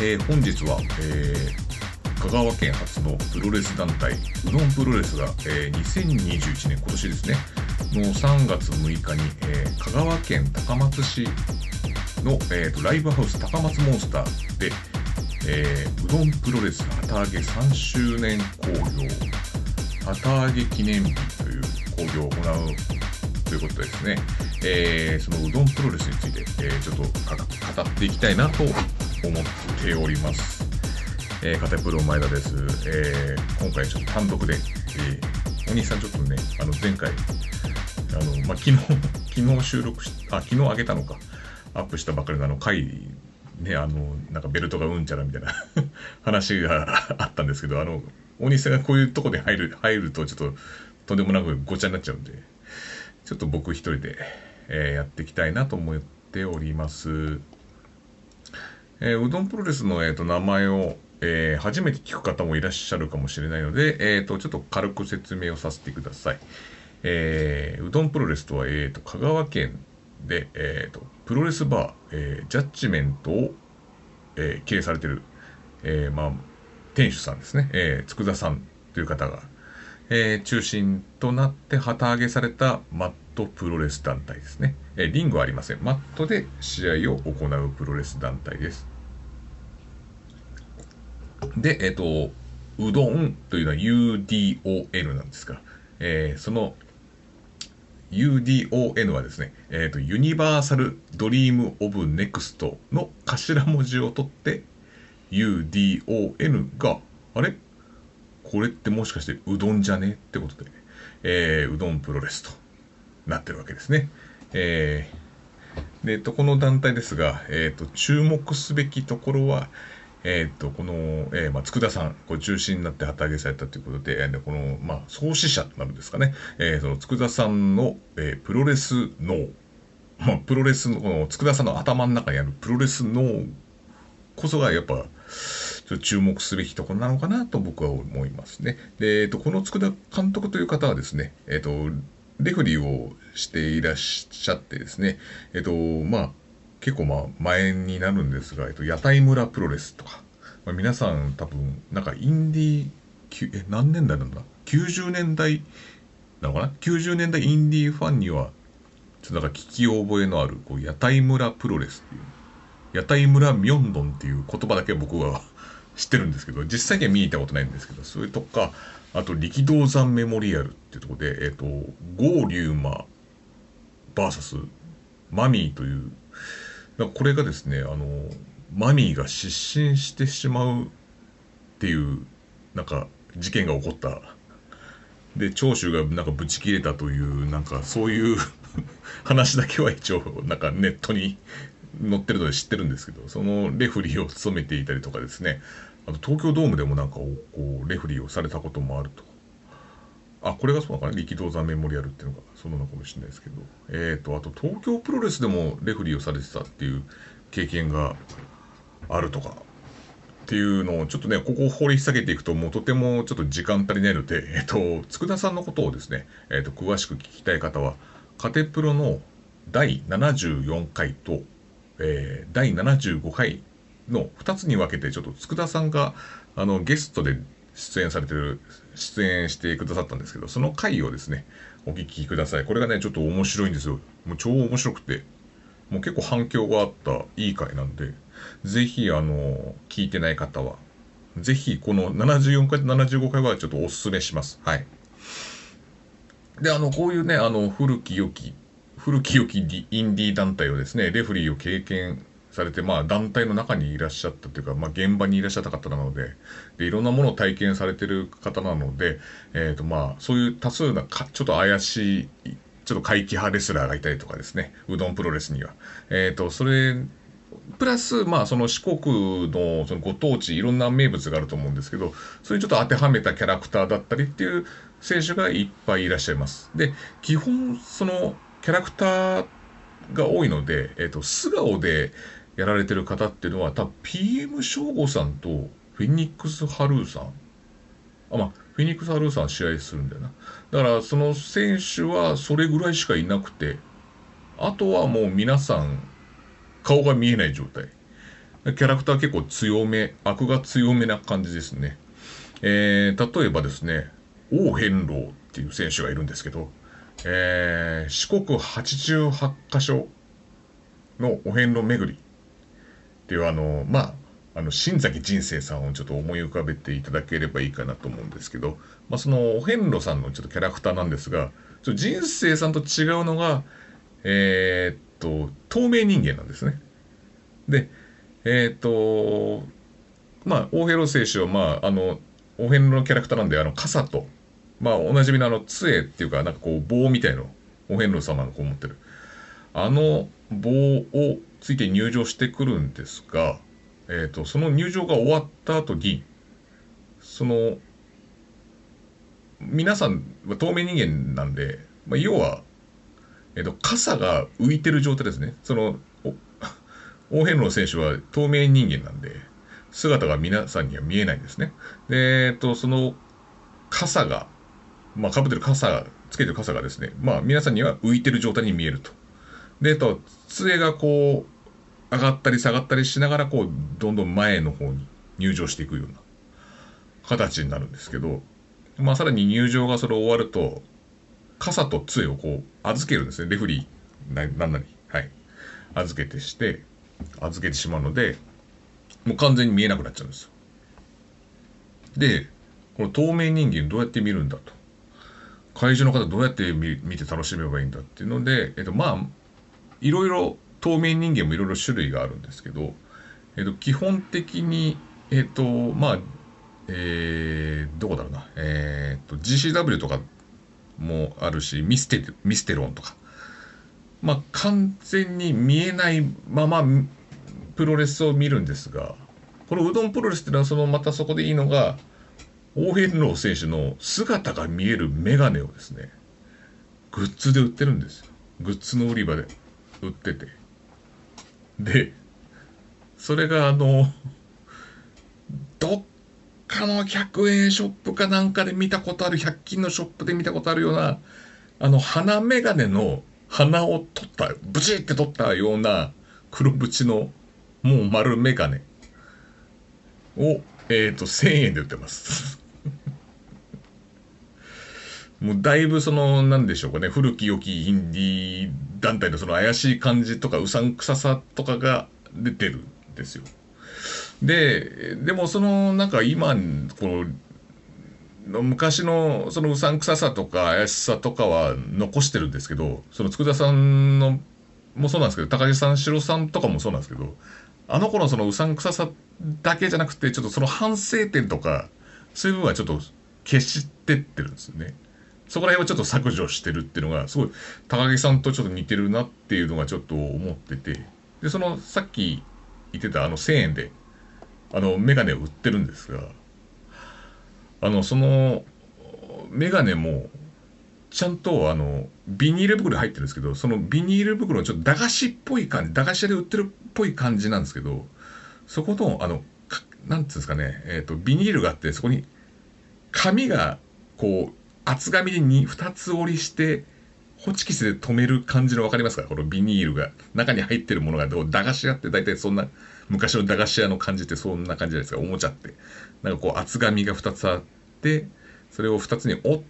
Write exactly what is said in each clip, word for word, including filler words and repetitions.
えー、本日は、えー、香川県初のプロレス団体うどんプロレスが、えー、にせんにじゅういちねん今年ですねのさんがつむいかに、えー、香川県高松市の、えー、とライブハウス高松モンスターで、えー、うどんプロレス旗揚げさんしゅうねん興行旗揚げ記念日という興行を行うということでですね、えー、そのうどんプロレスについて、えー、ちょっと語っていきたいなと思っております。えー、片プロ前田です。えー、今回ちょっと単独で、えー、お兄さんちょっとね、あの前回、あの、まあ、昨日、昨日収録し、あ、昨日上げたのか、アップしたばかりのあの回、ね、あの、なんかベルトがうんちゃらみたいな話があったんですけど、あの、大西さんがこういうとこで入る、入るとちょっととんでもなくごちゃになっちゃうんで、ちょっと僕一人で、えー、やっていきたいなと思っております。えー、うどんプロレスの、えー、と名前を、えー、初めて聞く方もいらっしゃるかもしれないので、えー、とちょっと軽く説明をさせてください。えー、うどんプロレスとは、えー、と香川県で、えー、とプロレスバー、えー、ジャッジメントを、えー、経営されている、えーまあ、店主さんですね、えー、佃さんという方が、えー、中心となって旗揚げされたマットプロレス団体ですね。えー、リングはありません。マットで試合を行うプロレス団体です。で、えっ、ー、と、うどんというのは ユーディーオーエヌ なんですが、えー、その ユーディーオーエヌ はですね、えっ、ー、と、ユニバーサルドリームオブネクストの頭文字を取って、ユーディーオーエヌ が、あれこれってもしかしてうどんじゃねってことで、えー、うどんプロレスとなってるわけですね。えー、で、とこの団体ですが、えー、と注目すべきところは、えー、とこの、えーまあ、佃さん、こう中心になって旗揚げされたということで、えー、この、まあ、創始者となるんですかね、えー、その佃さんの、えー、プロレス脳、まあ、プロレスの、この佃さんの頭の中にあるプロレス脳こそがやっぱ、ちょっと注目すべきところなのかなと僕は思いますね。で、えっと、この佃監督という方はですね、えっと、レフリーをしていらっしゃってですね、えっと、まあ、結構まあ、前になるんですが、えっと、屋台村プロレスとか、まあ、皆さん多分、なんかインディー、え、何年代なんだ ?きゅうじゅう 年代なのかな ?きゅうじゅう 年代インディーファンには、ちょっとなんか聞き覚えのある、こう、屋台村プロレスっていう、屋台村ミョンドンっていう言葉だけ僕は知ってるんですけど、実際には見に行ったことないんですけど、それとか、あと力道山メモリアルっていうところで、えっ、と、ゴーリューマバーサスマミーという、これがですね、あの、マミーが失神してしまうっていう、なんか、事件が起こった。で、長州がなんかブチ切れたという、なんかそういう話だけは一応、なんかネットに載ってるので知ってるんですけど、そのレフリーを務めていたりとかですね、あと東京ドームでもなんかこうレフリーをされたこともあると。あ、これがそうなのかな、力道山メモリアルっていうのがそののかもしれないですけど、えーと、あと東京プロレスでもレフリーをされてたっていう経験があるとかっていうのをちょっとね、ここを掘り下げていくともうとてもちょっと時間足りないので、えっ、ー、と、佃さんのことをですね、えっ、ー、と、詳しく聞きたい方は、カテプロのだいななじゅうよんかいと、えー、だいななじゅうごかいのふたつに分けて、ちょっと佃さんがあのゲストで出演されてる、出演してくださったんですけど、その回をですね、お聞きください。これがね、ちょっと面白いんですよ。もう超面白くて、もう結構反響があったいい回なんで、ぜひあの、聞いてない方は、ぜひこのななじゅうよんかいとななじゅうごかいはちょっとお勧めします。はい。で、あの、こういうね、あの、古き良き古き良きインディー団体をですね、レフリーを経験されて、まあ団体の中にいらっしゃったというか、まあ現場にいらっしゃった方なので、で、いろんなものを体験されてる方なので、えっ、ー、とまあ、そういう多数なか、ちょっと怪しい、ちょっと怪奇派レスラーがいたりとかですね、うどんプロレスには。えっ、ー、と、それ、プラス、まあ、その四国のそのご当地、いろんな名物があると思うんですけど、それにちょっと当てはめたキャラクターだったりっていう選手がいっぱいいらっしゃいます。で、基本、その、キャラクターが多いので、えっと、素顔でやられてる方っていうのは、多分 ピーエム 翔吾さんとフェニックス・ハルーさん。あ、まあ、フェニックス・ハルーさん試合するんだよな。だから、その選手はそれぐらいしかいなくて、あとはもう皆さん、顔が見えない状態。 キャラクター結構強め、悪が強めな感じですね。えー、例えばですね、王遍路っていう選手がいるんですけど、えー、四国はちじゅうはちカ所のお遍路巡りっていうあの、まあ、あの、新崎人生さんをちょっと思い浮かべていただければいいかなと思うんですけど、まあ、そのお遍路さんのちょっとキャラクターなんですが、ちょ人生さんと違うのが、えー、っと、透明人間なんですね。で、えー、っと、まあ、大広選手は、まあ、あの、お遍路のキャラクターなんで、あの、傘と、まあ、おなじみのあの、杖っていうか、なんかこう、棒みたいの、お遍路様がこう持ってる。あの棒をついて入場してくるんですが、えっと、その入場が終わった後に、その、皆さんは透明人間なんで、まあ、要は、えっと、傘が浮いてる状態ですね。その、大遍路の選手は透明人間なんで、姿が皆さんには見えないんですね。で、えっと、その傘が、まあ、被ってる傘、つけてる傘がですね、まあ、皆さんには浮いてる状態に見えると。で、えっと、杖がこう、上がったり下がったりしながら、こう、どんどん前の方に入場していくような形になるんですけど、まあ、さらに入場がそれ終わると、傘と杖をこう、預けるんですね。レフリー、な、なんなり。はい。預けてして、預けてしまうので、もう完全に見えなくなっちゃうんですよ。で、この透明人間どうやって見るんだと。会場の方どうやって見見て楽しめばいいんだっていうので、えっと、まあ、いろいろ透明人間もいろいろ種類があるんですけど、えっと、基本的に、えっと、まあ、えー、どこだろうな、えっと、ジーシーダブリュー とかもあるし、ミステ、ミステロンとか、まあ、完全に見えないまま、プロレスを見るんですが、このうどんプロレスっていうのは、その、またそこでいいのが、大変ロー選手の姿が見えるメガネをですね、グッズで売ってるんですよ。グッズの売り場で売ってて。で、それがあの、どっかのひゃくえんショップかなんかで見たことある、ひゃく均のショップで見たことあるような、あの、鼻メガネの鼻を取った、ブチって取ったような黒縁のもう丸メガネを、えっと、せんえんで売ってます。もうだいぶその、なんでしょうかね、古き良きインディー団体のその怪しい感じとかうさんくささとかが出てるんですよ。で、でもその、なんか今、この、昔のそのうさんくささとか怪しさとかは残してるんですけど、その佃さんのもそうなんですけど、高木さん、城さんとかもそうなんですけど、あの頃のそのうさんくささだけじゃなくて、ちょっとその反省点とか、そういう部分はちょっと消してってるんですよね。そこら辺をちょっと削除してるっていうのが、すごい、高木さんとちょっと似てるなっていうのがちょっと思ってて、で、その、さっき言ってたあのせんえんで、あの、メガネを売ってるんですが、あの、その、メガネも、ちゃんと、あの、ビニール袋入ってるんですけど、そのビニール袋のちょっと駄菓子っぽい感じ、駄菓子屋で売ってるっぽい感じなんですけど、そこの、あの、なんつうんですかね、えっと、ビニールがあって、そこに、紙が、こう、厚紙でに二つ折りして、ホチキスで留める感じのわかりますか？このビニールが。中に入ってるものが、駄菓子屋って大体そんな、昔の駄菓子屋の感じってそんな感じじゃないですか。おもちゃって。なんかこう厚紙が二つあって、それを二つに折って、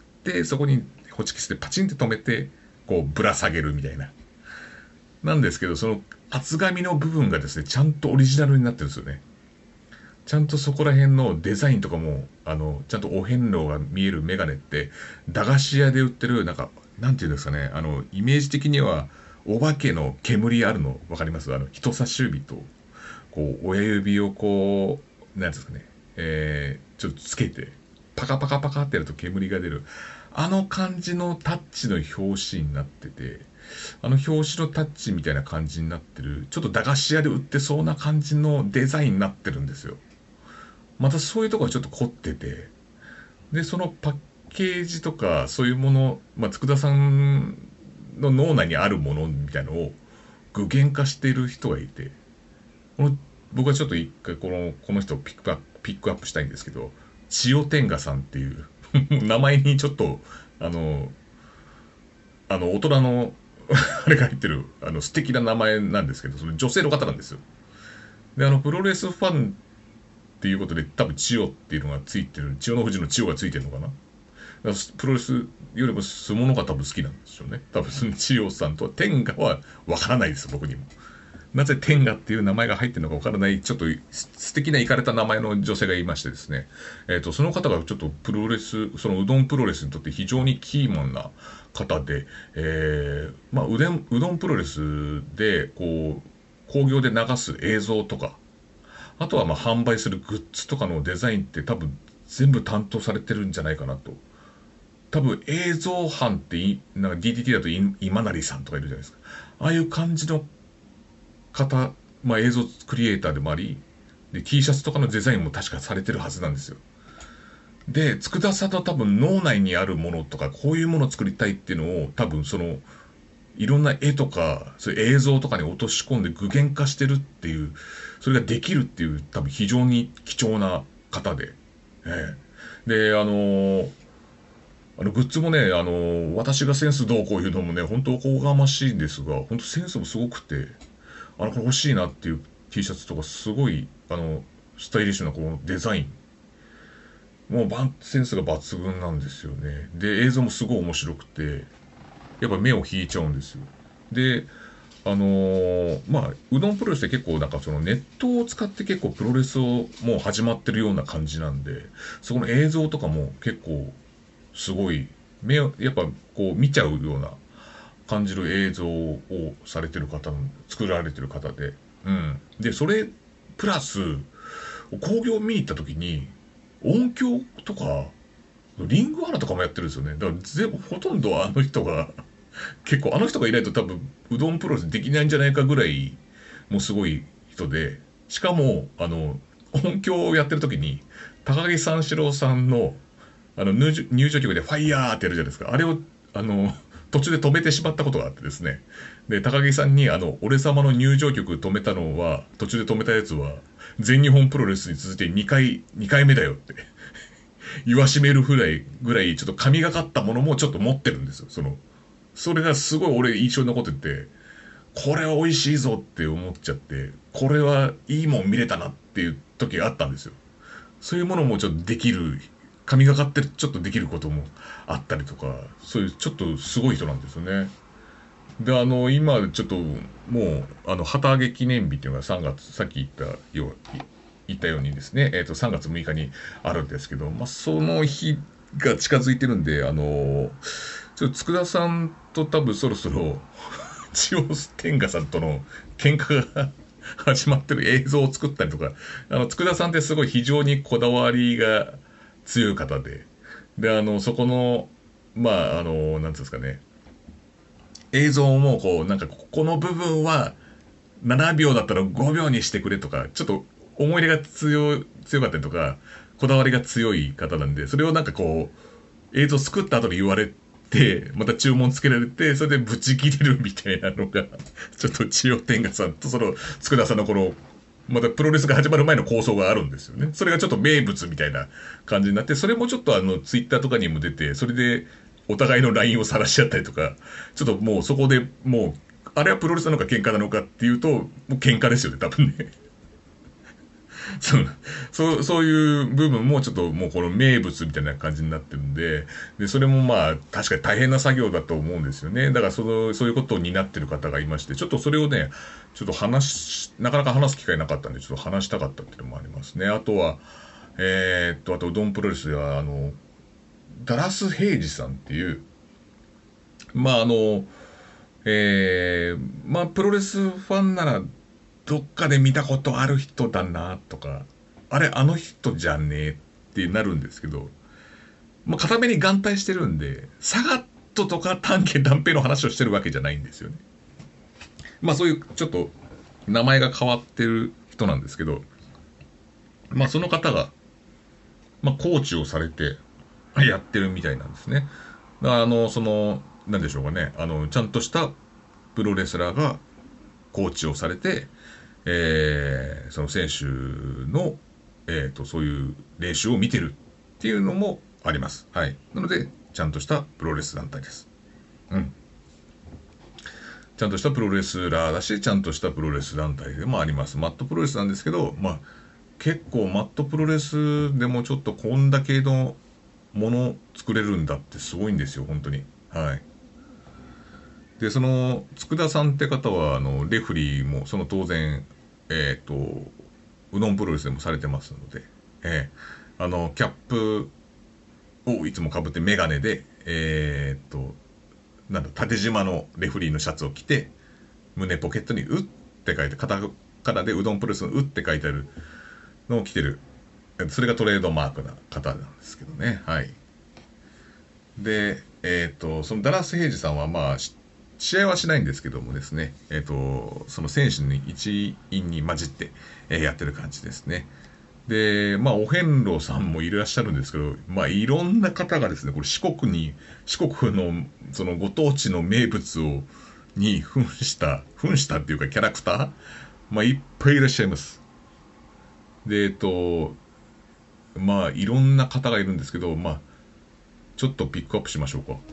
そこにホチキスでパチンって留めて、こうぶら下げるみたいな。なんですけど、その厚紙の部分がですね、ちゃんとオリジナルになってるんですよね。ちゃんとそこら辺のデザインとかも、あの、ちゃんとお遍路が見えるメガネって、駄菓子屋で売ってる、なんか、なんていうんですかね、あの、イメージ的には、お化けの煙あるの、わかります？あの、人差し指と、こう、親指をこう、なんですかね、えー、ちょっとつけて、パカパカパカってやると煙が出る。あの感じのタッチの表紙になってて、あの表紙のタッチみたいな感じになってる、ちょっと駄菓子屋で売ってそうな感じのデザインになってるんですよ。またそういうところがちょっと凝ってて、で、そのパッケージとか、そういうもの、まあ、佃さんの脳内にあるものみたいなのを具現化している人がいて、この僕はちょっと一回この、この人をピックアップ、ピックアップしたいんですけど、千代天下さんっていう名前にちょっと、あの、あの、大人のあれが入ってる、あの、素敵な名前なんですけど、その女性の方なんですよ。 で、あの、プロレスファンっていうことで、多分千代っていうのがついてる、千代の富士の千代がついてるのかな。だからプロレスよりも相撲の方が多分好きなんでしょうね。多分その千代さんと天下はわからないです、僕にも。なぜ天下っていう名前が入ってるのかわからない、ちょっと素敵なイカれた名前の女性がいましてですね。えっと、その方がちょっとプロレス、そのうどんプロレスにとって非常にキーマンな方で、えー、まあ、うどん、うどんプロレスで、こう、興行で流す映像とか、あとはまあ販売するグッズとかのデザインって多分全部担当されてるんじゃないかなと。多分映像班ってい、なんか ディーティーティー だと今成さんとかいるじゃないですか。ああいう感じの方、まあ映像クリエイターでもあり、で T シャツとかのデザインも確かされてるはずなんですよ。で、佃さんの多分脳内にあるものとか、こういうものを作りたいっていうのを多分その、いろんな絵とか、そういう映像とかに落とし込んで具現化してるっていう、それができるっていう多分非常に貴重な方で。ええ、で、あのーあの、グッズもね、あのー私がセンスどうこういうのもね、本当おこがましいんですが、本当センスもすごくて、あの、これ欲しいなっていう T シャツとか、すごい、あの、スタイリッシュなこのデザイン。もうバン、センスが抜群なんですよね。で、映像もすごい面白くて、やっぱ目を引いちゃうんですよ。で、あのーまあ、うどんプロレスって結構なんかそのネットを使って結構プロレスをもう始まってるような感じなんで、そこの映像とかも結構すごい、目を、やっぱこう見ちゃうような感じる映像をされてる方、作られてる方で、うん。で、それ、プラス、興行見に行った時に、音響とか、リングアナとかもやってるんですよね。だから全部、ほとんどあの人が結構あの人がいないと多分うどんプロレスできないんじゃないかぐらいもうすごい人で、しかもあの音響をやってる時に高木三四郎さんのあの入入場曲でファイヤーってやるじゃないですか。あれをあの途中で止めてしまったことがあってですね。で高木さんにあの俺様の入場曲止めたのは、途中で止めたやつは全日本プロレスに続いてにかいにかいめだよって言わしめるぐらいぐらいちょっと神がかったものもちょっと持ってるんですよ。そのそれがすごい俺印象に残ってて、これは美味しいぞって思っちゃって、これはいいもん見れたなっていう時があったんですよ。そういうものもちょっとできる、神がかってちょっとできることもあったりとか、そういうちょっとすごい人なんですよね。で、あの、今ちょっともう、あの、旗揚げ記念日っていうのがさんがつ、さっき言ったよう、言ったようにですね、えっと、さんがつむいかにあるんですけど、まあ、その日が近づいてるんで、あの、ちょっと佃さんと多分そろそろ千代天下さんとの喧嘩が始まってる映像を作ったりとか、あの、佃さんってすごい非常にこだわりが強い方で、で、あの、そこの、まあ、あの、なんつうんですかね、映像もこう、なんか、ここの部分はななびょうだったらごびょうにしてくれとか、ちょっと思い入れが強い、強かったりとか、こだわりが強い方なんで、それをなんかこう、映像作った後に言われて、また注文つけられて、それでブチ切れるみたいなのが、ちょっと千代天下さんとその、佃さんのこの、またプロレスが始まる前の構想があるんですよね。それがちょっと名物みたいな感じになって、それもちょっとあの、ツイッターとかにも出て、それで、お互いの ライン を晒しちゃったりとか、ちょっともうそこでもう、あれはプロレスなのか喧嘩なのかっていうと、もう喧嘩ですよね、多分ね。そう、そう、そういう部分もちょっともうこの名物みたいな感じになってるんで、で、それもまあ確かに大変な作業だと思うんですよね。だからその、そういうことを担ってる方がいまして、ちょっとそれをね、ちょっと話なかなか話す機会なかったんで、ちょっと話したかったっていうのもありますね。あとは、えー、っと、あとうどんプロレスでは、あの、ダラス・ヘイジさんっていう、まああの、えー、まあプロレスファンならどっかで見たことある人だなとか、あれあの人じゃねえってなるんですけど、まあ片目に眼帯してるんで、サガットとか丹下断平の話をしてるわけじゃないんですよね。まあそういうちょっと名前が変わってる人なんですけど、まあその方が、まあコーチをされてやってるみたいなんですね。だからあの、その、なんでしょうかね、あの、ちゃんとしたプロレスラーがコーチをされて、えー、その選手の、えーと、そういう練習を見てるっていうのもあります。はい。なので、ちゃんとしたプロレス団体です。うん。 ちゃんとしたプロレスラーだし、ちゃんとしたプロレス団体でもあります。マットプロレスなんですけど、まあ、結構マットプロレスでもちょっとこんだけのもの作れるんだってすごいんですよ、本当に。はい。で、その、佃さんって方は、あの、レフリーも、その当然、えっ、と、うどんプロレスでもされてますので、えー、あの、キャップをいつも被ってメガネで、えっ、と、なんだ、縦縞のレフリーのシャツを着て、胸ポケットにうって書いて、カタカナでうどんプロレスのうって書いてあるのを着てる。それがトレードマークな方なんですけどね。はい。で、えっ、と、そのダラス・ヘイジさんは、まあ、試合はしないんですけどもですね、えっ、と、その選手に一員に混じって、えーやってる感じですね。で、まあ、お遍路さんもいらっしゃるんですけど、まあ、いろんな方がですね、これ四国に、四国の、そのご当地の名物を、に扮した、扮したっていうかキャラクター、まあ、いっぱいいらっしゃいます。で、えっと、まあ、いろんな方がいるんですけど、まあ、ちょっとピックアップしましょうか。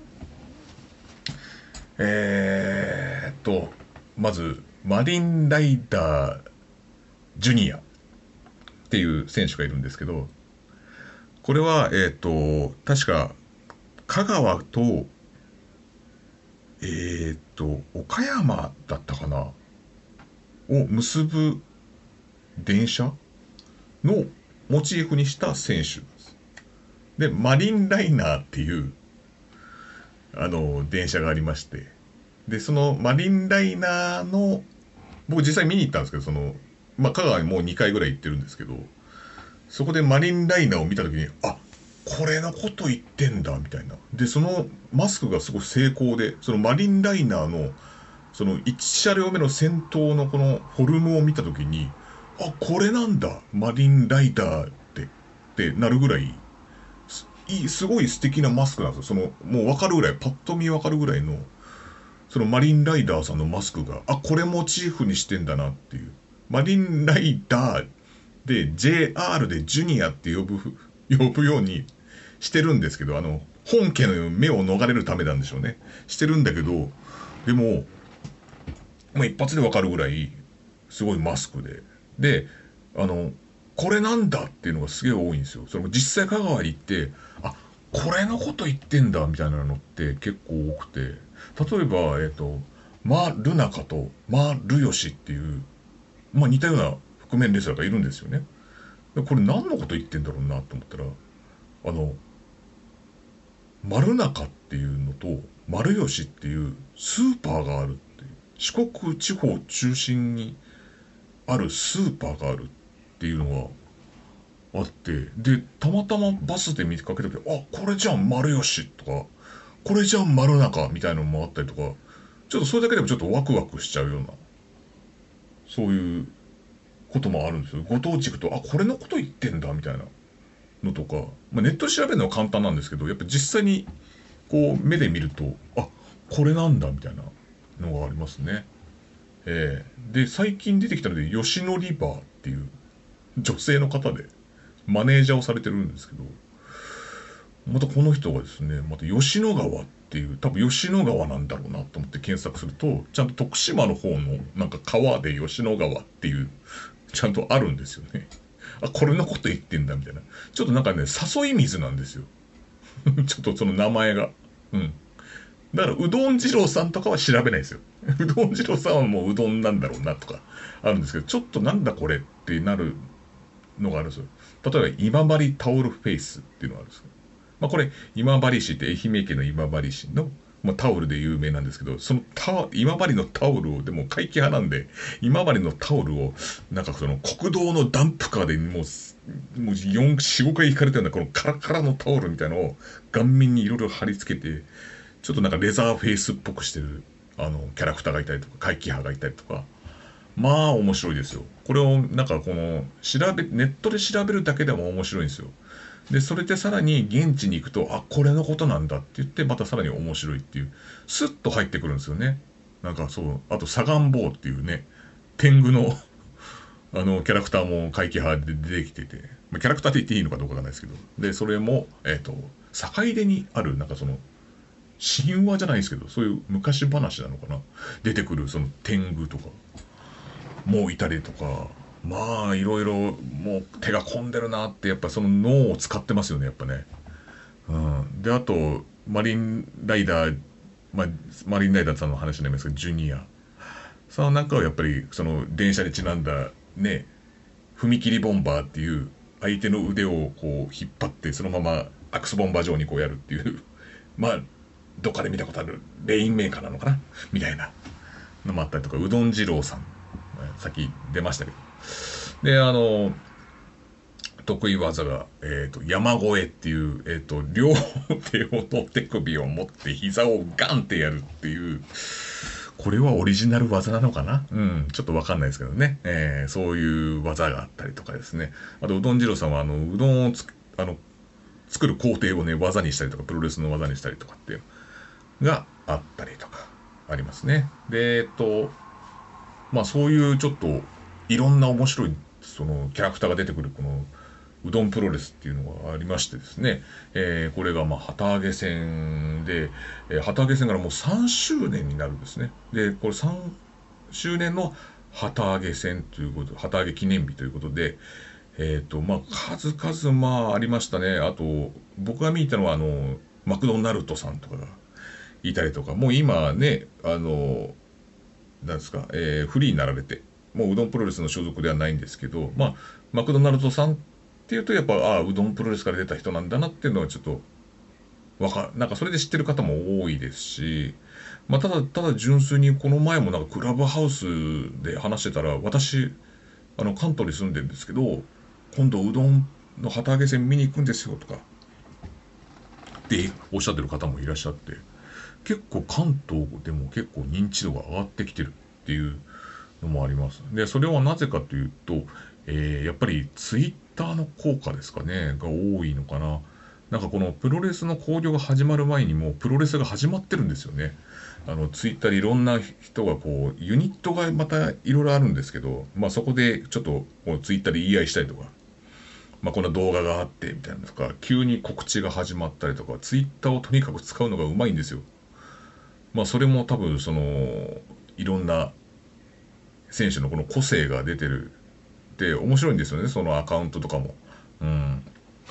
えーっと、まず、マリンライダージュニアっていう選手がいるんですけど、これは、えーっと、確か、香川と、えーっと、岡山だったかなを結ぶ電車のモチーフにした選手です。で、マリンライナーっていう、あの、電車がありまして、で、そのマリンライナーの、僕実際見に行ったんですけど、その、まあ、香川にもうにかいぐらい行ってるんですけど、そこでマリンライナーを見たときに、あ、これのこと言ってんだ、みたいな。で、そのマスクがすごい成功で、そのマリンライナーの、そのいち車両目の先頭のこのフォルムを見たときに、あ、これなんだ、マリンライダーって、ってなるぐらい、すいいすごい素敵なマスクなんですよ。その、もうわかるぐらい、パッと見わかるぐらいの、そのマリンライダーさんのマスクが、あ、これモチーフにしてんだなっていう。マリンライダーで ジェイアール でジュニアって呼ぶ、呼ぶようにしてるんですけど、あの、本家の目を逃れるためなんでしょうね。してるんだけど、でも、まあ、一発でわかるぐらい、すごいマスクで。で、あの、これなんだっていうのがすげえ多いんですよ。それも実際香川に行って、あ、これのこと言ってんだみたいなのって結構多くて、例えば、えっと、マ・ルナカとマ・ルヨシっていう、まあ似たような覆面レスラーがいるんですよね。これ何のこと言ってんだろうなと思ったら、あの、マルナカっていうのと、マルヨシっていうスーパーがあるっていう。四国地方中心にあるスーパーがあるっていうのがあって、で、たまたまバスで見かけた時、あ、これじゃん、マルヨシとか、これじゃん、マルナカみたいなのもあったりとか、ちょっとそれだけでもちょっとワクワクしちゃうような、そういうこともあるんですよ。ご当地行くと、あ、これのこと言ってんだ、みたいなのとか、まあ、ネットで調べるのは簡単なんですけど、やっぱ実際にこう目で見ると、あ、これなんだ、みたいなのがありますね。えー、で、最近出てきたので、吉野リバーっていう女性の方で、マネージャーをされてるんですけど、またこの人がですね、また吉野川っていう、多分吉野川なんだろうなと思って検索すると、ちゃんと徳島の方のなんか川で吉野川っていう、ちゃんとあるんですよね。あ、これのこと言ってんだみたいな。ちょっとなんかね、誘い水なんですよ。ちょっとその名前が。うん。だから、うどん二郎さんとかは調べないですよ。うどん二郎さんはもううどんなんだろうなとかあるんですけど、ちょっとなんだこれってなるのがあるんですよ。例えば、今治タオルフェイスっていうのがあるんですよ。まあこれ、今治市って愛媛県の今治市の、まあ、タオルで有名なんですけど、そのタ今治のタオルを、でも怪奇派なんで、今治のタオルを、なんかその国道のダンプカーでもう、もうよん、よん、ごかい引かれたようなこのカラカラのタオルみたいなのを顔面にいろいろ貼り付けて、ちょっとなんかレザーフェイスっぽくしてる、あの、キャラクターがいたりとか、怪奇派がいたりとか、まあ面白いですよ。これをなんかこの、調べ、ネットで調べるだけでも面白いんですよ。で、それでさらに現地に行くと、あ、これのことなんだって言って、またさらに面白いっていう、スッと入ってくるんですよね。なんかそう、あと、サガンボウっていうね、天狗のあの、キャラクターも怪奇派で出てきてて、まあ、キャラクターって言っていいのかどうかわかんないですけど、で、それも、えっと、坂出にある、なんかその、 神話じゃないですけど、そういう昔話なのかな。出てくるその天狗とかもいたりとか、まあいろいろもう手が込んでるなって、やっぱその脳を使ってますよね、やっぱね。うん、であとマリンライダー、まあ、マリンライダーさんの話になりますけど、ジュニアさんなんかはやっぱりその電車にちなんだね、踏切ボンバーっていう相手の腕をこう引っ張ってそのままアクスボンバー状にこうやるっていうまあどっかで見たことあるレインメーカーなのかなみたいなのもあったりとか、うどん二郎さんさっき出ましたけど、であの得意技が、えー、と山越えっていう、えー、と両手をの手首を持って膝をガンってやるっていう、これはオリジナル技なのかな、うん、ちょっとわかんないですけどね、えー、そういう技があったりとかですね。あとうどん二郎さんはあのうどんをつあの作る工程をね技にしたりとか、プロレスの技にしたりとかっていうのがあったりとかありますね。でえっとまあそういうちょっといろんな面白いそのキャラクターが出てくるこのうどんプロレスっていうのがありましてですね、えー、これがまあ旗揚げ戦で、えー、旗揚げ戦からもうさんしゅうねんになるんですね。でこれさんしゅうねんの旗揚げ戦ということで、旗揚げ記念日ということで、えっ、ー、とまあ数々まあありましたね。あと僕が見たのはあのマクドナルドさんとかがいたりとか、もう今ねあのなんですか、えー、フリーになられて、もううどんプロレスの所属ではないんですけど、まあ、マクドナルドさんっていうと、やっぱ、ああ、うどんプロレスから出た人なんだなっていうのはちょっと、わか、なんかそれで知ってる方も多いですし、まあ、ただ、ただ純粋にこの前もなんかクラブハウスで話してたら、私、あの、関東に住んでるんですけど、今度うどんの旗揚げ戦見に行くんですよとか、っておっしゃってる方もいらっしゃって、結構関東でも結構認知度が上がってきてるっていうのもあります。で、それはなぜかというと、えー、やっぱりツイッターの効果ですかね、が多いのかな。なんかこのプロレスの興行が始まる前にもうプロレスが始まってるんですよね。あのツイッターでいろんな人がこうユニットがまたいろいろあるんですけど、まあそこでちょっとこうツイッターで言い合いしたりとか、まあこんな動画があってみたいなとか、急に告知が始まったりとか、ツイッターをとにかく使うのがうまいんですよ。まあそれも多分そのいろんな選手のこの個性が出てるって面白いんですよね、そのアカウントとかも。うん。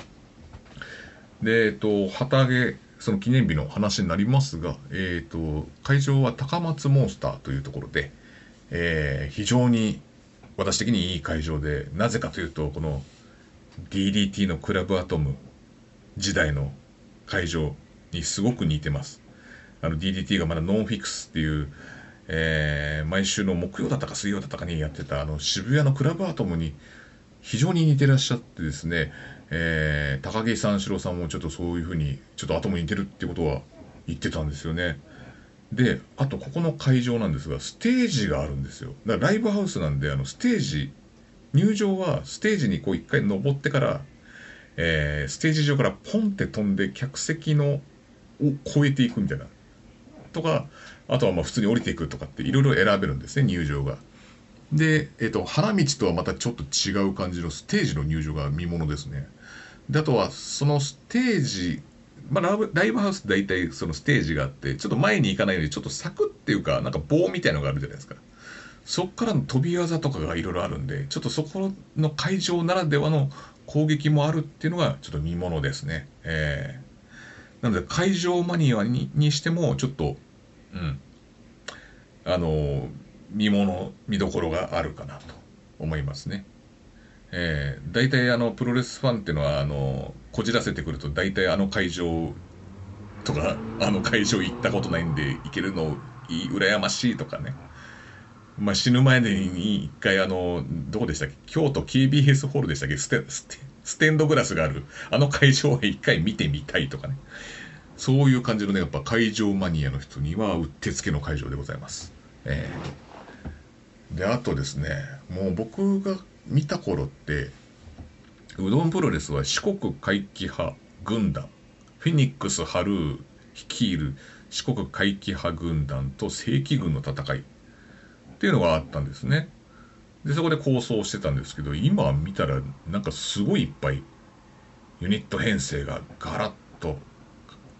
で、えっと、旗揚げ、その記念日の話になりますが、えっと、会場は高松モンスターというところで、えー非常に私的にいい会場で、なぜかというと、この ディーディーティー のクラブアトム時代の会場にすごく似てます。あの ディーディーティー がまだノンフィックスっていう、えー毎週の木曜だったか水曜だったかにやってたあの渋谷のクラブアトムに非常に似てらっしゃってですね、えー高木三四郎さんもちょっとそういうふうにちょっとアトムに似てるってことは言ってたんですよね。で、あとここの会場なんですが、ステージがあるんですよ。だからライブハウスなんで、あのステージ、入場はステージにこう一回登ってから、えーステージ上からポンって飛んで客席のを越えていくみたいなとか、あとはまあ普通に降りていくとかっていろいろ選べるんですね、入場が。で、えっと、花道とはまたちょっと違う感じのステージの入場が見ものですね。で、あとはそのステージ、まあ、ライブライブハウスって大体そのステージがあって、ちょっと前に行かないようにちょっと柵っていうか、なんか棒みたいのがあるじゃないですか。そっからの飛び技とかがいろいろあるんで、ちょっとそこの会場ならではの攻撃もあるっていうのがちょっと見ものですね。えー、なので会場マニアににしてもちょっと、うん、あのー見もの、見どころがあるかなと思いますね。えー、大体あのプロレスファンっていうのはあのこじらせてくると大体あの会場とかあの会場行ったことないんで行けるのいい羨ましいとかね、まあ、死ぬ前に一回あのどこでしたっけ、京都 ケービーエス ホールでしたっけ、ステステステンドグラスがあるあの会場へ一回見てみたいとかね、そういう感じのねやっぱ会場マニアの人にはうってつけの会場でございます。えー、であとですね、もう僕が見た頃ってうどんプロレスは四国怪奇派軍団、フェニックス・ハルー率いる四国怪奇派軍団と正規軍の戦いっていうのがあったんですね。で、そこで構想してたんですけど、今見たらなんかすごいいっぱいユニット編成がガラッと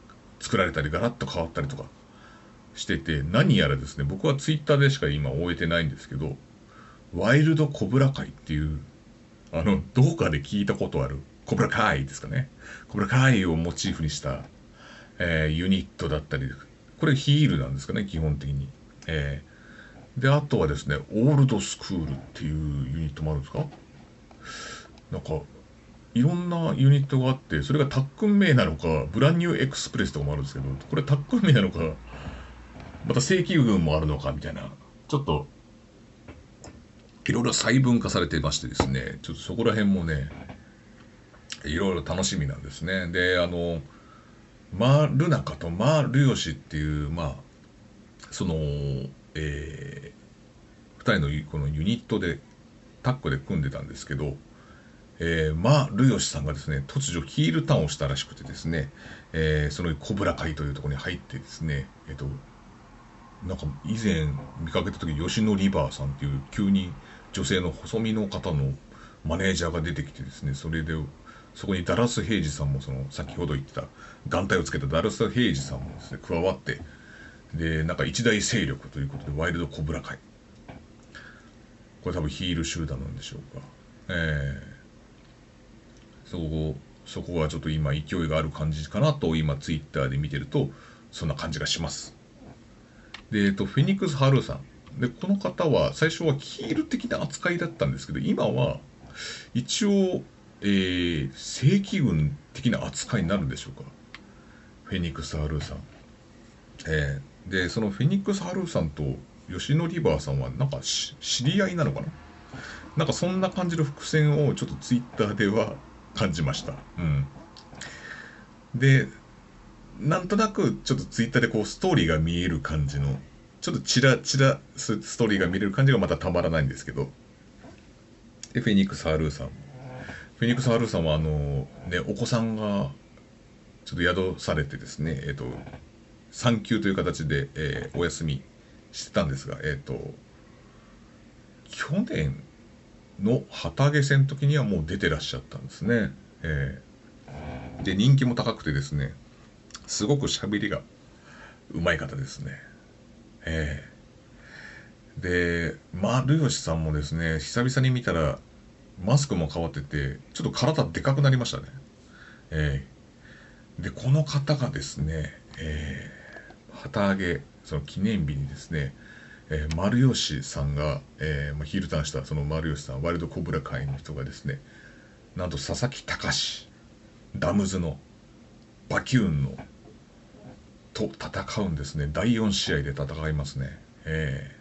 作られたりガラッと変わったりとかしてて、何やらですね、僕はツイッターでしか今終えてないんですけど、ワイルドコブラ会っていう、あの、どこかで聞いたことある、コブラ会ですかね。コブラ会をモチーフにした、えーユニットだったり、これヒールなんですかね、基本的に。えーで、あとはですね、オールドスクールっていうユニットもあるんですか。なんか、いろんなユニットがあって、それがタックン名なのか、ブランニューエクスプレスとかもあるんですけど、これタックン名なのか、また正規軍もあるのかみたいな、ちょっと、いろいろ細分化されてましてですね、ちょっとそこら辺もね、いろいろ楽しみなんですね。で、あの、マールナカとマールヨシっていう、まあ、その、えー、ふたりのこのユニットで、タッグで組んでたんですけど、えー、マ・ルヨシさんがですね、突如ヒールターンをしたらしくてですね、えー、そのコブラ会というところに入ってですね、えっ、と、なんか以前見かけた時、吉野リバーさんっていう急に女性の細身の方のマネージャーが出てきてですね、それで、そこにダラス・ヘイジさんもその先ほど言ってた眼帯をつけたダラス・ヘイジさんもですね、加わって、で、なんか一大勢力ということで、ワイルドコブラ会。これ多分ヒール集団なんでしょうか。えー、そこ、そこがちょっと今勢いがある感じかなと今ツイッターで見てると、そんな感じがします。で、えっと、フェニックス・ハルーさん。で、この方は最初はヒール的な扱いだったんですけど、今は一応、えー、正規軍的な扱いになるんでしょうか。フェニックス・ハルーさん。えー、で、そのフェニックス・ハルーさんと吉野リバーさんはなんか知り合いなのかな。なんかそんな感じの伏線をちょっとツイッターでは感じました。うん。で、なんとなくちょっとツイッターでこうストーリーが見える感じの、ちょっとチラチラストーリーが見れる感じがまたたまらないんですけど、で、フェニックス・ハルーさん。フェニックス・ハルーさんはあの、ね、お子さんがちょっと宿されてですね、えっと、産休という形で、えーお休みしてたんですが、えっと、去年の旗揚げ戦の時にはもう出てらっしゃったんですね。えーで、人気も高くてですね、すごく喋りがうまい方ですね。えーで、まあ、ルヨシさんもですね、久々に見たら、マスクも変わってて、ちょっと体でかくなりましたね。えーで、この方がですね、えー旗揚げ、その記念日にですね、えー、丸吉さんが、えーまあ、ヒールターンしたその丸吉さん、ワイルドコブラ会の人がですね、なんと佐々木隆、ダムズのバキューンのと戦うんですね。だいよん試合で戦いますね。え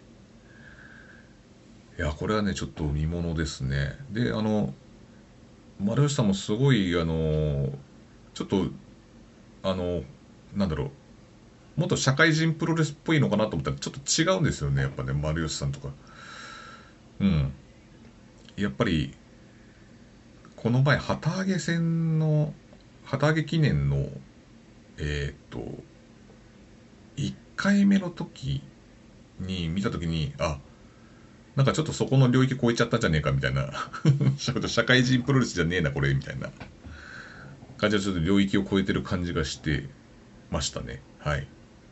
ー、いや、これはね、ちょっと見ものですね。で、あの、丸吉さんもすごい、あの、ちょっと、あの、なんだろう、もっと社会人プロレスっぽいのかなと思ったら、ちょっと違うんですよね、やっぱね、丸吉さんとか。うん。やっぱり、この前、旗揚げ戦の、旗揚げ記念の、えーっと、いっかいめの時に見た時に、あ、なんかちょっとそこの領域超えちゃったんじゃねえかみたいな社会人プロレスじゃねえなこれみたいな感じでちょっと領域を超えてる感じがしてましたね。はい。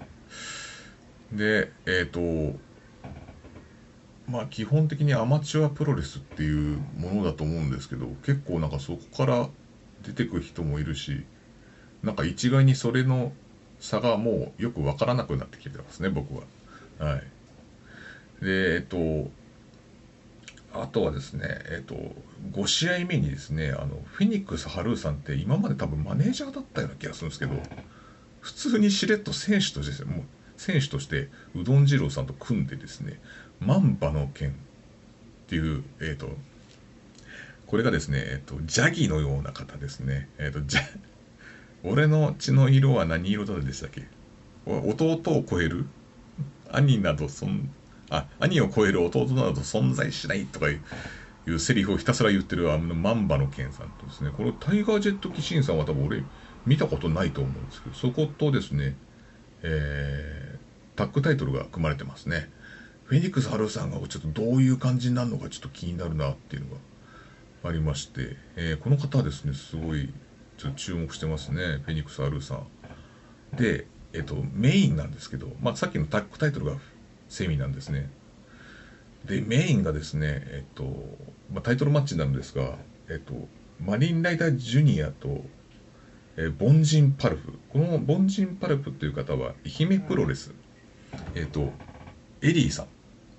で、えっ、ー、と、まあ基本的にアマチュアプロレスっていうものだと思うんですけど、結構なんかそこから出てく人もいるし、なんか一概にそれの差がもうよくわからなくなってきてますね、僕は。はい。で、えっ、ー、と、あとはですね、えっと、ご試合目にですね、あの、フェニックス・ハルーさんって今まで多分マネージャーだったような気がするんですけど、普通にしれっと選手として、もう選手としてうどん二郎さんと組んでですね、マンバの剣っていう、えっと、これがですね、えっと、ジャギのような方ですね。えっと、じゃ、俺の血の色は何色だでしたっけ。弟を超える兄などそん、あ、兄を超える弟など存在しないとかいういうセリフをひたすら言ってるあのマンバのケンさんとですね、このタイガージェットキシンさんは多分俺見たことないと思うんですけど、そことですね、えー、タッグタイトルが組まれてますね。フェニックス・ハルーさんがちょっとどういう感じになるのかちょっと気になるなっていうのがありまして、えー、この方はですね、すごいちょっと注目してますね、フェニックス・ハルーさん。 で、えっと、メインなんですけど、まあ、さっきのタッグタイトルがセミなんですね。で、メインがですね、えっと、まあ、タイトルマッチなんですが、えっと、マリンライダージュニアと、えー、凡人パルプ。この凡人パルプという方は、愛媛プロレス、えっと、エリーさん。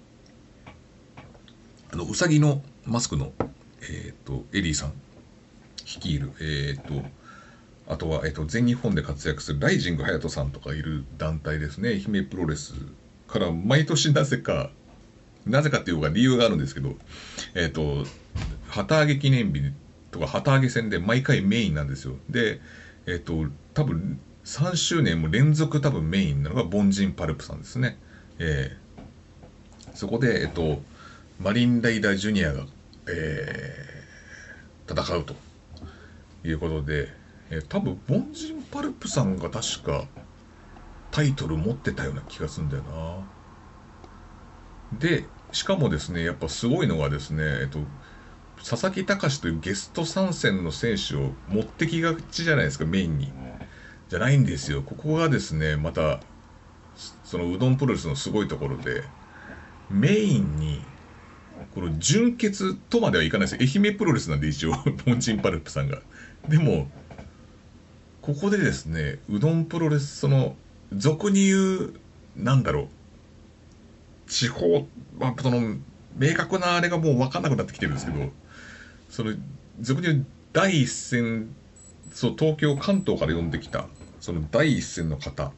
あの、うさぎのマスクの、えっと、エリーさん率いる、えっと、あとは、えっと、全日本で活躍するライジング隼人さんとかいる団体ですね。愛媛プロレスから毎年なぜか、なぜかっていうか理由があるんですけど、えっと、旗揚げ記念日とか旗揚げ戦で毎回メインなんですよ。で、えっと、多分さんしゅうねんも連続多分メインなのが凡人パルプさんですね。えー、そこで、えっと、マリンライダージュニアが、えー、戦うということで、えー、多分凡人パルプさんが確かタイトル持ってたような気がするんだよな。で、しかもですね、やっぱすごいのがですね、えっと、佐々木隆というゲスト参戦の選手を持ってきがちじゃないですか、メインに。じゃないんですよ。ここがですね、また、そのうどんプロレスのすごいところで、メインに、この純潔とまではいかないです。愛媛プロレスなんで一応、凡人パルプさんが。でも、ここでですね、うどんプロレス、その、俗に言う、なんだろう、地方、まあ、その、明確なあれがもう分かんなくなってきてるんですけど、その、俗に言う第一線、そう、東京、関東から呼んできた、その第一線の方、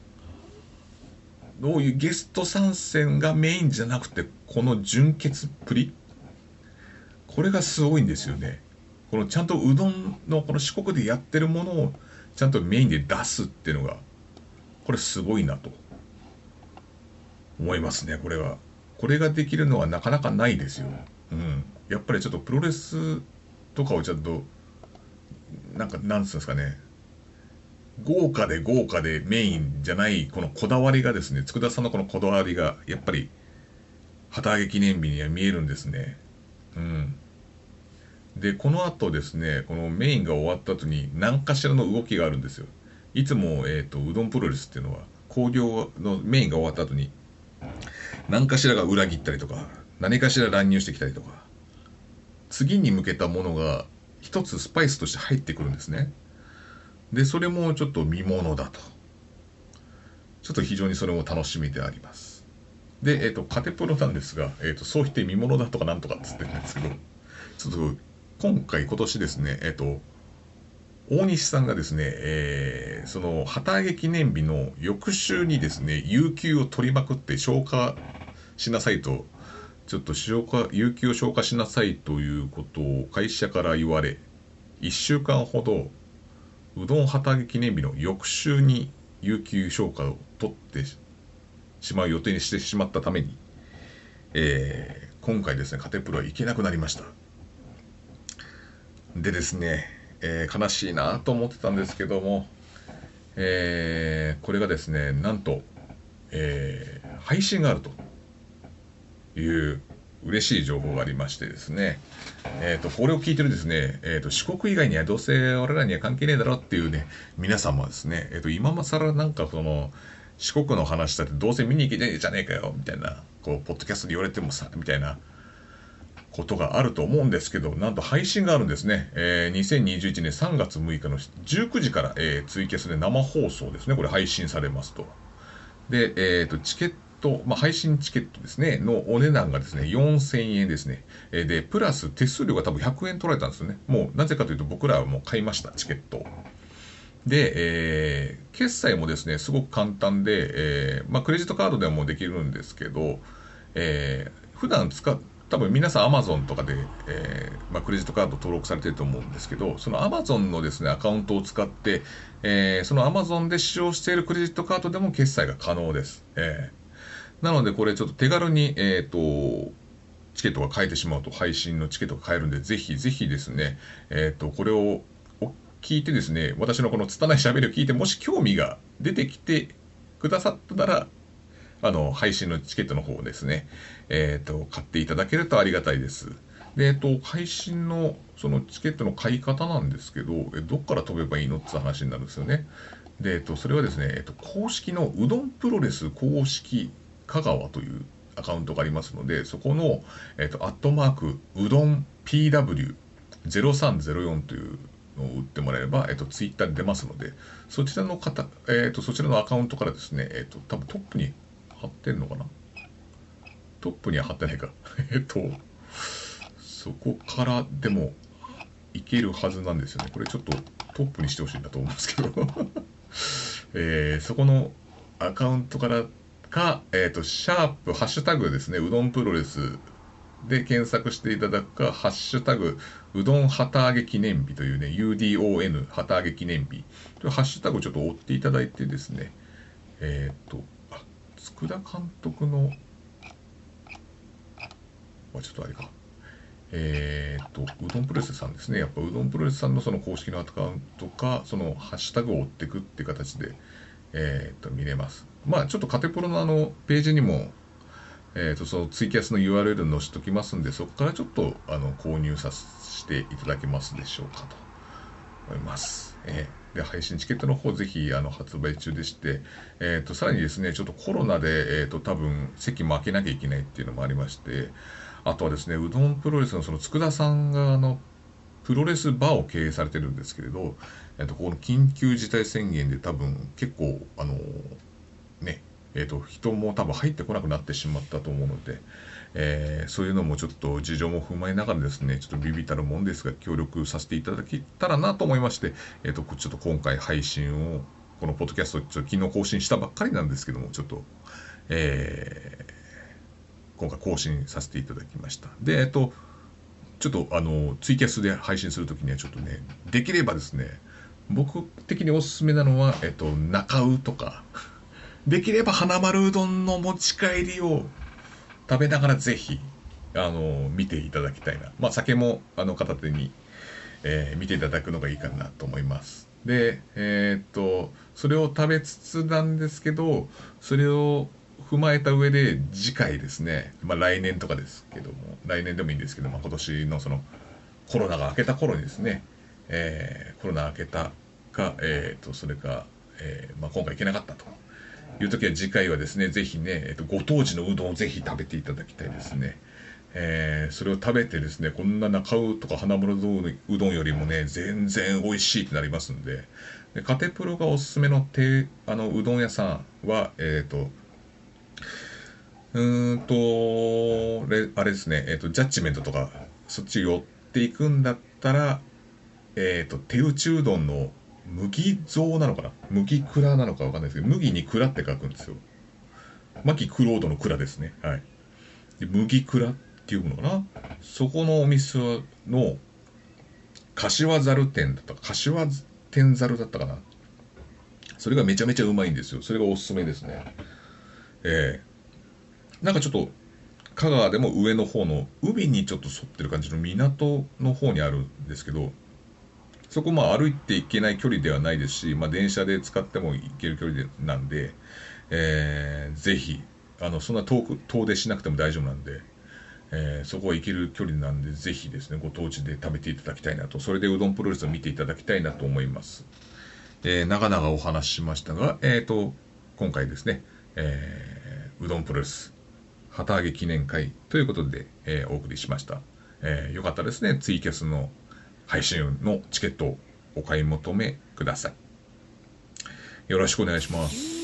どういうゲスト参戦がメインじゃなくて、この純潔っぷり、これがすごいんですよね。このちゃんとうどんのこの四国でやってるものをちゃんとメインで出すっていうのが、これすごいなと思いますね、これは。これができるのはなかなかないですよ。うん。やっぱりちょっとプロレスとかをちゃんと、なんか、なんつうんですかね、豪華で豪華でメインじゃないこのこだわりがですね、佃さんのこのこだわりがやっぱり旗揚げ記念日には見えるんですね。うん。で、この後ですね、このメインが終わった後に何かしらの動きがあるんですよ。いつも、えっと、うどんプロレスっていうのは、興行のメインが終わった後に、何かしらが裏切ったりとか、何かしら乱入してきたりとか、次に向けたものが一つスパイスとして入ってくるんですね。で、それもちょっと見ものだと。ちょっと非常にそれも楽しみであります。で、えっと、カテプロなんですが、えっと、そう言って見ものだとかなんとかっつってるんですけど、ちょっと、今回、今年ですね、えっと、大西さんがですね、えー、その、旗揚げ記念日の翌週にですね、有給を取りまくって消化しなさいと、ちょっと消化、有給を消化しなさいということを会社から言われ、いっしゅうかんほど、うどん旗揚げ記念日の翌週に有給消化を取ってしまう予定にしてしまったために、えー、今回ですね、カテプロは行けなくなりました。でですね、えー、悲しいなと思ってたんですけども、えー、これがですね、なんと、えー、配信があるという嬉しい情報がありましてですね、えっと、これを聞いてるですね、えっと、四国以外にはどうせ俺らには関係ねえだろっていうね、皆さんもですね、えっと、今まさらなんかその、四国の話だってどうせ見に行けねえじゃねえかよ、みたいな、こう、ポッドキャストで言われてもさ、みたいなことがあると思うんですけど、なんと配信があるんですね。えー、にせんにじゅういちねんさんがつむいかのじゅうくじから、えー、ツイキャスで生放送ですね、これ配信されますと。で、えっと、チケット、まあ、配信チケットですね、のお値段がですね、よんせんえんですね。えーで、プラス手数料が多分ひゃくえん取られたんですよね。もう、なぜかというと僕らはもう買いました、チケットを。で、えー、決済もですね、すごく簡単で、えー、まあ、クレジットカードでもできるんですけど、えー、普段使っ、多分皆さん Amazon とかで、えー、まあ、クレジットカード登録されてると思うんですけど、その Amazon のですね、アカウントを使って、えー、その Amazon で使用しているクレジットカードでも決済が可能です。えー、なのでこれちょっと手軽に、えっと、チケットが買えてしまうと、配信のチケットが買えるんで、ぜひぜひですね、えっと、これを聞いてですね、私のこの拙い喋りを聞いて、もし興味が出てきてくださったなら、あの、配信のチケットの方をですね、えっと、買っていただけるとありがたいです。 で、えっと、配信のそのチケットの買い方なんですけど、えどっから飛べばいいのって話になるんですよね。で、えっと、それはですね、えっと、公式のうどんプロレス公式香川というアカウントがありますので、そこの、えっと、アットマーク、うどん ピーダブリューゼロさんゼロよん というのを打ってもらえれば、えっと、ツイッターで出ますので、そちらの方、えっと、そちらのアカウントからですね、えっと、多分トップに貼ってんのかな、トップには貼ってないか。えっと、そこからでもいけるはずなんですよね。これちょっとトップにしてほしいんだと思うんですけど、えーそこのアカウントからか、えっと、シャープ、ハッシュタグですね、うどんプロレスで検索していただくか、ハッシュタグ、うどん旗揚げ記念日というね、ユーディーオーエヌ 旗揚げ記念日というハッシュタグをちょっと追っていただいてですね、えっと、あ、佃監督の、あ、ちょっとあれか、えーっと、うどんプロレスさんですね。やっぱうどんプロレスさんのその公式のアカウントか、そのハッシュタグを追っていくっていう形で、えーっと、見れます。まあ、ちょっとカテプロのあの、ページにも、えーっと、そのツイキャスの ユーアールエル 載せときますんで、そこからちょっと、あの、購入させていただけますでしょうかと思います。えーで、配信チケットの方ぜひあの発売中でして、えー、とさらにですね、ちょっとコロナで、えー、と多分席も開けなきゃいけないっていうのもありまして、あとはですね、うどんプロレスのその佃さんがあのプロレスバーを経営されてるんですけれど、えー、とこの緊急事態宣言で多分結構あのね、えー、と人も多分入ってこなくなってしまったと思うので、えーそういうのもちょっと事情も踏まえながらですね、ちょっとビビたるもんですが協力させていただけたらなと思いまして、えー、とちょっと今回配信をこのポッドキャストちょっと昨日更新したばっかりなんですけども、ちょっと、えー今回更新させていただきました。で、えっとちょっとあのツイキャスで配信するときにはちょっとね、できればですね、僕的におすすめなのは、えっと、中うとか、できれば花丸うどんの持ち帰りを食べながらぜひ、あの、見ていただきたいな。まあ、酒も、あの、片手に、えー見ていただくのがいいかなと思います。で、えーっと、それを食べつつなんですけど、それを踏まえた上で、次回ですね、まあ、来年とかですけども、来年でもいいんですけど、まあ、今年のその、コロナが明けた頃にですね、えーコロナ明けたか、えーっと、それか、えーまあ、今回行けなかったという時は、次回はですね、ぜひね、えっと、ご当地のうどんをぜひ食べていただきたいですね。えーそれを食べてですね、こんな中尾とか花村うどんよりもね、全然美味しいってなりますんで、でカテプロがおすすめのてあのうどん屋さんは、えっ、と、うーんと、れあれですね、えっ、と、ジャッジメントとか、そっち寄っていくんだったら、えっ、と、手打ちうどんの麦蔵なのかな、麦蔵なのかわかんないですけど、麦に蔵って書くんですよ。牧クロードの蔵ですね。はい。で、麦蔵っていうのかな。そこのお店の柏ざる店だったか、柏天ざるだったかな。それがめちゃめちゃうまいんですよ。それがおすすめですね。えー、なんかちょっと、香川でも上の方の海にちょっと沿ってる感じの港の方にあるんですけど、そこまあ歩いていけない距離ではないですし、まあ電車で使っても行ける距離でなんで、えー、ぜひ、あの、そんな遠く、遠出しなくても大丈夫なんで、えーそこは行ける距離なんで、ぜひですね、ご当地で食べていただきたいなと、それでうどんプロレスを見ていただきたいなと思います。えー長々お話ししましたが、えーと、今回ですね、えーうどんプロレス旗揚げ記念会ということで、えーお送りしました。えーよかったですね、ツイキャスの配信のチケットをお買い求めください。よろしくお願いします。